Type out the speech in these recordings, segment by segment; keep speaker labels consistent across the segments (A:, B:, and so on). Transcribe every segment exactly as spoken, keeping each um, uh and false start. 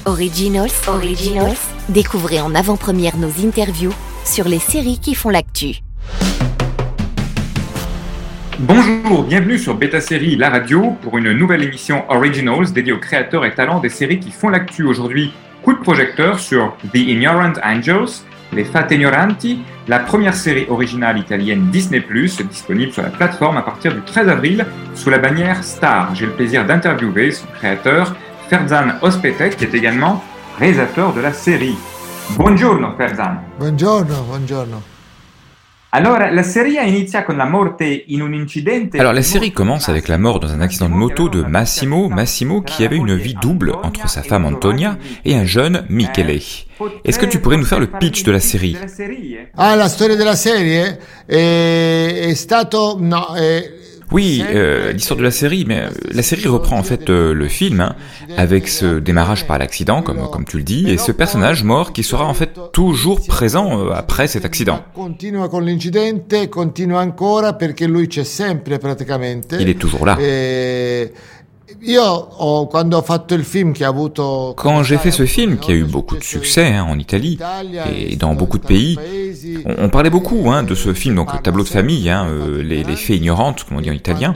A: Originals, Originals. Découvrez en avant-première nos interviews sur les séries qui font l'actu.
B: Bonjour, bienvenue sur Beta Série, la radio, pour une nouvelle émission Originals dédiée aux créateurs et talents des séries qui font l'actu. Aujourd'hui, coup de projecteur sur The Ignorant Angels, Les Fate Ignoranti, la première série originale italienne Disney plus, disponible sur la plateforme à partir du treize avril sous la bannière Star. J'ai le plaisir d'interviewer son créateur, Ferzan Özpetek, qui est également réalisateur de la série. Buongiorno Ferzan.
C: Buongiorno, buongiorno.
B: Alors, la série inizia con la morte in un incidente.
D: Alors la série commence avec la mort dans un accident de moto de Massimo, Massimo qui avait une vie double entre sa femme Antonia et un jeune Michele. Est-ce que tu pourrais nous faire le pitch de la série?
C: Ah, la storia della serie è, è stato no, è...
D: Oui, euh, l'histoire de la série, mais euh, la série reprend en fait euh, le film, hein, avec ce démarrage par l'accident, comme, comme tu le dis, et ce personnage mort qui sera en fait toujours présent euh, après cet accident.
C: Continua con l'incidente, continua ancora perché lui c'è sempre praticamente.
D: Il est toujours là.
C: E... Io ho, quando ho fatto il film che ha avuto...
D: Quand j'ai fait ce film, qui a eu beaucoup de succès hein, en Italie et dans beaucoup de pays, on, on parlait beaucoup hein, de ce film, donc Tableau de famille, hein, euh, les, les fées ignorantes, comme on dit en italien.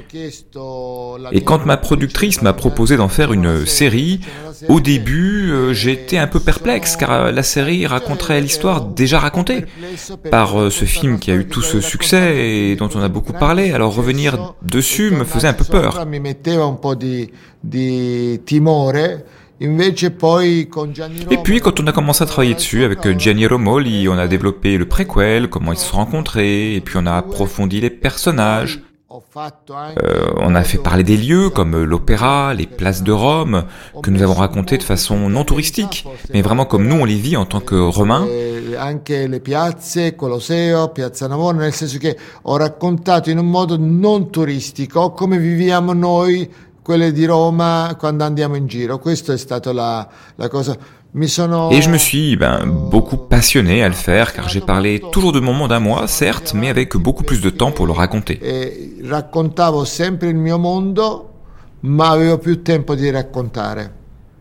D: Et quand ma productrice m'a proposé d'en faire une série, au début, euh, j'étais un peu perplexe, car la série raconterait l'histoire déjà racontée par euh, ce film qui a eu tout ce succès et dont on a beaucoup parlé. Alors revenir dessus me faisait un peu peur.
C: Di, di timore. Invece poi con Gianni
D: Et puis quand on a commencé à travailler dessus avec Gianni Romoli, on a développé le préquel, comment ils se sont rencontrés, et puis on a approfondi les personnages. Euh, on a fait parler des lieux comme l'opéra, les places de Rome, que nous avons racontées de façon non touristique, mais vraiment comme nous on les vit en tant que Romains.
C: Anche le piazze, Colosseo, Piazza Navona, nel senso che ho raccontato in un modo non turistico come viviamo noi quelle di Roma quando andiamo in giro. Questo è stato la, la cosa. Mi sono...
D: Et je me suis ben, beaucoup passionné à le faire, car j'ai parlé toujours de mon monde à moi, certes, mais avec beaucoup plus de temps pour le raconter.
C: E raccontavo sempre il mio mondo, ma avevo più tempo di raccontare.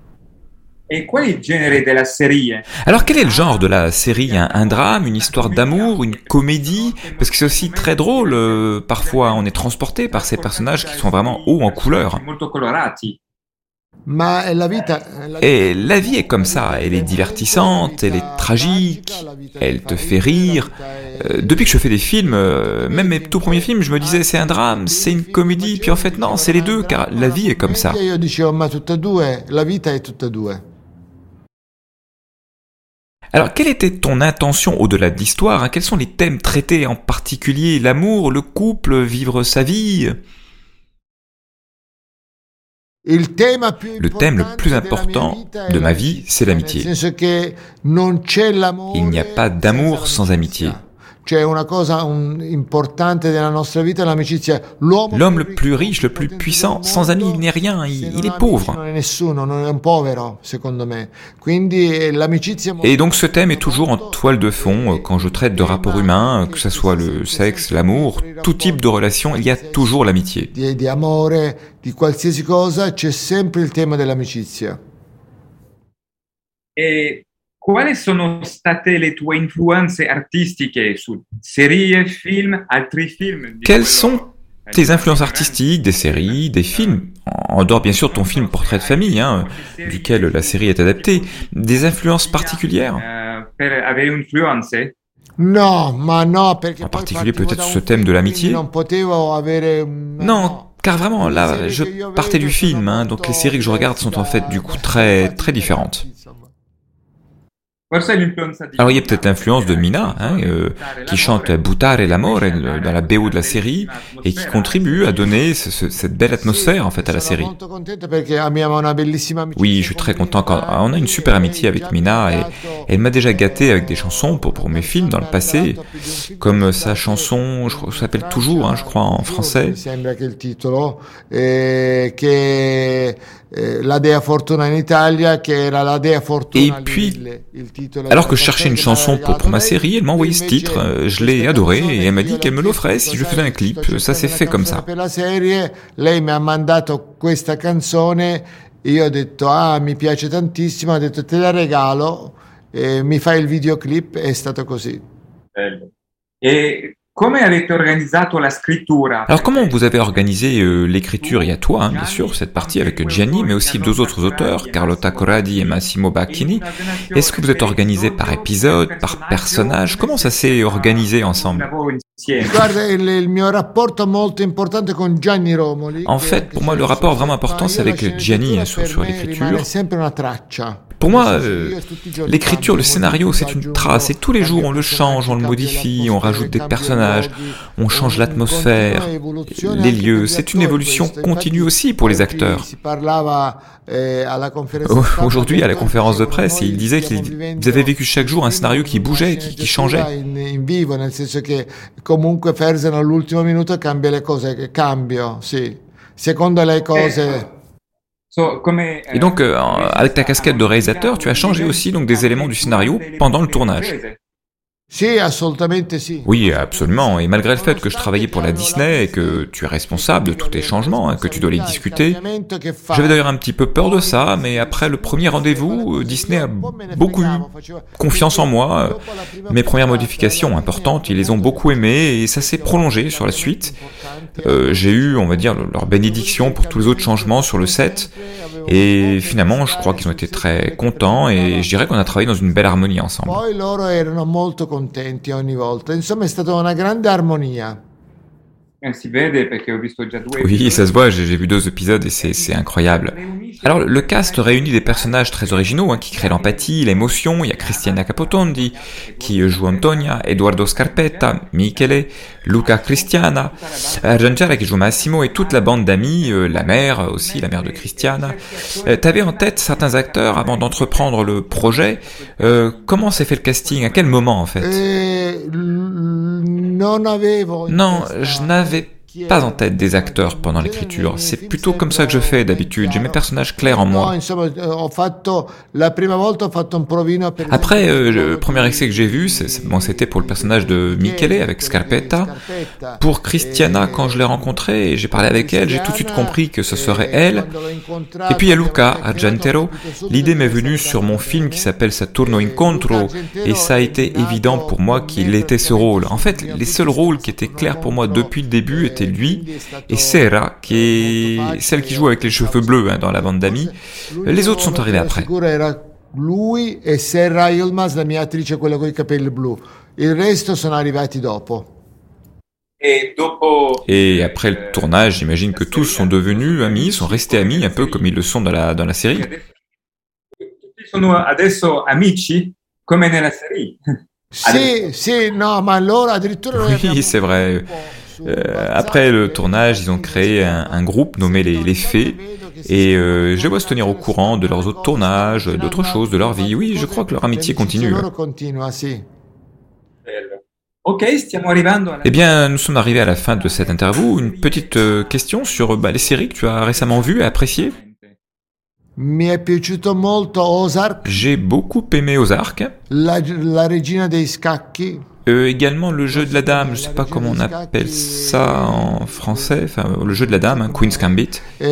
B: Et qual est le genere della serie?
D: Alors quel est le genre de la série? un, un drame, une histoire d'amour, une comédie? Parce que c'est aussi très drôle, euh, parfois on est transporté par ces personnages qui sont vraiment hauts en couleurs.
C: Ma la vita, la...
D: Et la vie est comme ça, elle est divertissante, elle est tragique, elle te fait rire. Euh, depuis que je fais des films, euh, même mes tout premiers films, je me disais c'est un drame, c'est une comédie, puis en fait non, c'est les deux, car la vie est comme ça.
C: Io dicevo ma tutte e due, la vita è tutte e due.
D: Alors, quelle était ton intention au-delà de l'histoire hein? Quels sont les thèmes traités en particulier? L'amour, le couple, vivre sa vie? Le thème le plus important de ma vie, c'est l'amitié. Il n'y a pas d'amour sans amitié. L'homme le plus riche, le plus puissant, sans amis, il n'est rien, il, il est pauvre. Et donc ce thème est toujours en toile de fond quand je traite de rapports humains, que ce soit le sexe, l'amour, tout type de relation, il y a toujours l'amitié.
B: Et quali sono state le tue influenze artistiche su serie, film, altri film?
D: Quelles sont tes influences artistiques, des séries, des films, en dehors bien sûr de ton film Portrait de famille, hein, duquel la série est adaptée, des influences particulières?
C: No, ma no,
D: en particulier peut-être ce thème de l'amitié? Non, car vraiment là, je partais du film, hein, donc les séries que je regarde sont en fait du coup très très différentes. Alors il y a peut-être l'influence de Mina, hein, euh, qui chante Buttare l'amore dans la B O de la série et qui contribue à donner ce, ce, cette belle atmosphère en fait à la série. Oui, je suis très content quand on a une super amitié avec Mina et elle m'a déjà gâté avec des chansons pour, pour mes films dans le passé, comme sa chanson, je crois, ça s'appelle Toujours, hein, je crois en français.
C: La Dea Fortuna in Italia, qui era la Dea Fortuna.
D: Et puis, alors que je cherchais une chanson pour, pour ma série, elle m'a envoyé ce titre, je l'ai adoré et elle m'a dit qu'elle me l'offrait si je faisais un clip. Ça s'est fait comme ça.
C: Per la serie, lei mi ha mandato questa canzone Io ho detto, ah, mi piace tantissimo, ho detto, te la regalo, e mi fai il videoclip, è stato così.
B: Bello. E come avete organizzato la scrittura?
D: Alors comment vous avez organisé euh, l'écriture? Il y a toi, hein, bien sûr, cette partie avec Gianni, mais aussi deux autres auteurs, Carlotta Corradi et Massimo Bacchini. Est-ce que vous êtes organisé par épisode, par personnage? Comment ça s'est organisé ensemble?
C: Guarda, il, il mio rapporto molto importante con Gianni Romoli.
D: En fait, pour moi, le rapport vraiment important, c'est avec Gianni hein, sur, sur l'écriture. Pour moi, euh, l'écriture, le scénario, c'est une trace. Et tous les jours, on le change, on le modifie, on rajoute des personnages, on change l'atmosphère, les lieux. C'est une évolution continue aussi pour les acteurs. Aujourd'hui, à la conférence de presse, il disait qu'ils avaient vécu chaque jour un scénario qui bougeait, qui, qui changeait.
C: Comunque Fersen all'ultimo minuto cambia le cose, cambio, sì. Secondo le cose.
D: Et donc, euh, avec ta casquette de réalisateur, tu as changé aussi donc des éléments du scénario pendant le tournage.
C: Sì, assolutamente sì.
D: Oui, absolument. Et malgré le fait que je travaillais pour la Disney et que tu es responsable de tous tes changements, hein, que tu dois les discuter, j'avais d'ailleurs un petit peu peur de ça, mais après le premier rendez-vous, Disney a beaucoup eu confiance en moi. Mes premières modifications importantes, ils les ont beaucoup aimées et ça s'est prolongé sur la suite. Euh, j'ai eu, on va dire, leur bénédiction pour tous les autres changements sur le set. Et finalement, je crois qu'ils ont été très contents et je dirais qu'on a travaillé dans une belle harmonie ensemble.
C: Poi loro erano molto contenti ogni volta. Insomma, è stata una grande armonia.
D: Oui, ça se voit, j'ai vu deux épisodes et c'est incroyable. Alors, le cast réunit des personnages très originaux hein, qui créent l'empathie, l'émotion. Il y a Cristiana Capotondi qui joue Antonia, Eduardo Scarpetta, Michele, Luca Cristiana, Argentiera qui joue Massimo et toute la bande d'amis, euh, la mère aussi, la mère de Cristiana. Euh, T'avais en tête certains acteurs avant d'entreprendre le projet. Euh, comment s'est fait le casting? À quel moment en fait?
C: Eh, non avevo.
D: Non, je n'avais pas en tête des acteurs pendant l'écriture. C'est plutôt comme ça que je fais d'habitude. J'ai mes personnages clairs en moi. Après, euh, le premier essai que j'ai vu, c'est, bon, c'était pour le personnage de Michele avec Scarpetta. Pour Cristiana, quand je l'ai rencontrée et j'ai parlé avec elle, j'ai tout de suite compris que ce serait elle. Et puis il y a Luca Argentero. L'idée m'est venue sur mon film qui s'appelle Saturno Incontro et ça a été évident pour moi qu'il était ce rôle. En fait, les seuls rôles qui étaient clairs pour moi depuis le début étaient lui et Sera, qui est celle qui joue avec les cheveux bleus hein, dans la bande d'amis. Les autres sont arrivés après.
C: Lui e Serra Yilmaz, la mia attrice, quella con i capelli blu. Il resto sono arrivati dopo.
D: Et après le tournage, j'imagine que tous sont devenus amis, sont restés amis, un peu comme ils le sont dans la, dans la série.
B: Sono adesso amici come nella serie.
C: Sì, sì, no, ma allora addirittura
D: Oui, c'est vrai. Euh, après le tournage, ils ont créé un, un groupe nommé les, les Fées et euh, je les vois se tenir au courant de leurs autres tournages, d'autres choses, de leur vie. Oui, je crois que leur amitié continue. Eh bien, nous sommes arrivés à la fin de cette interview. Une petite euh, question sur bah, les séries que tu as récemment vues et appréciées. J'ai beaucoup aimé Ozark.
C: La, la regina dei scacchi.
D: Euh, également le jeu de la dame, je sais pas comment on appelle ça en français, enfin le jeu de la dame, hein, Queen's Gambit.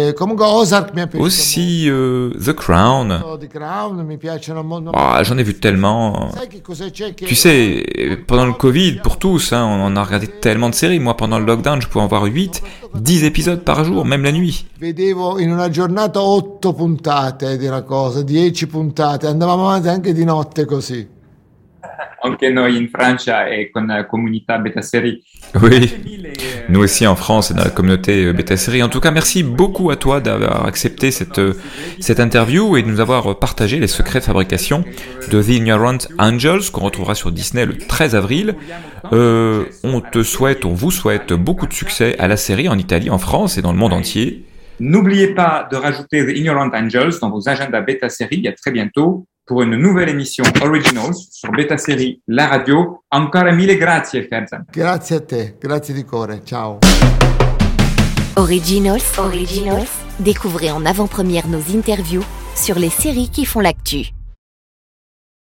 D: Aussi euh, The Crown. Oh, j'en ai vu tellement. Tu sais, pendant le Covid, pour tous, hein, on a regardé tellement de séries. Moi, pendant le lockdown, je pouvais en voir huit, dix épisodes par jour, même la nuit.
C: Vedevo in una giornata otto puntate di una cosa, dieci puntate, andavamo avanti anche di notte così.
B: Anche noi in Francia e con la comunità Beta Série.
D: Oui, nous aussi en France et dans la communauté Beta Série. En tout cas, merci beaucoup à toi d'avoir accepté cette, cette interview et de nous avoir partagé les secrets de fabrication de The Ignorant Angels qu'on retrouvera sur Disney le treize avril. Euh, on te souhaite, on vous souhaite beaucoup de succès à la série en Italie, en France et dans le monde entier.
B: N'oubliez pas de rajouter The Ignorant Angels dans vos agendas Beta Série. À très bientôt pour une nouvelle émission Originals sur Beta Série, la radio. Ancora mille grazie, Fersen.
C: Grazie a te, grazie di cuore, ciao.
A: Originals, Originals, découvrez en avant-première nos interviews sur les séries qui font l'actu.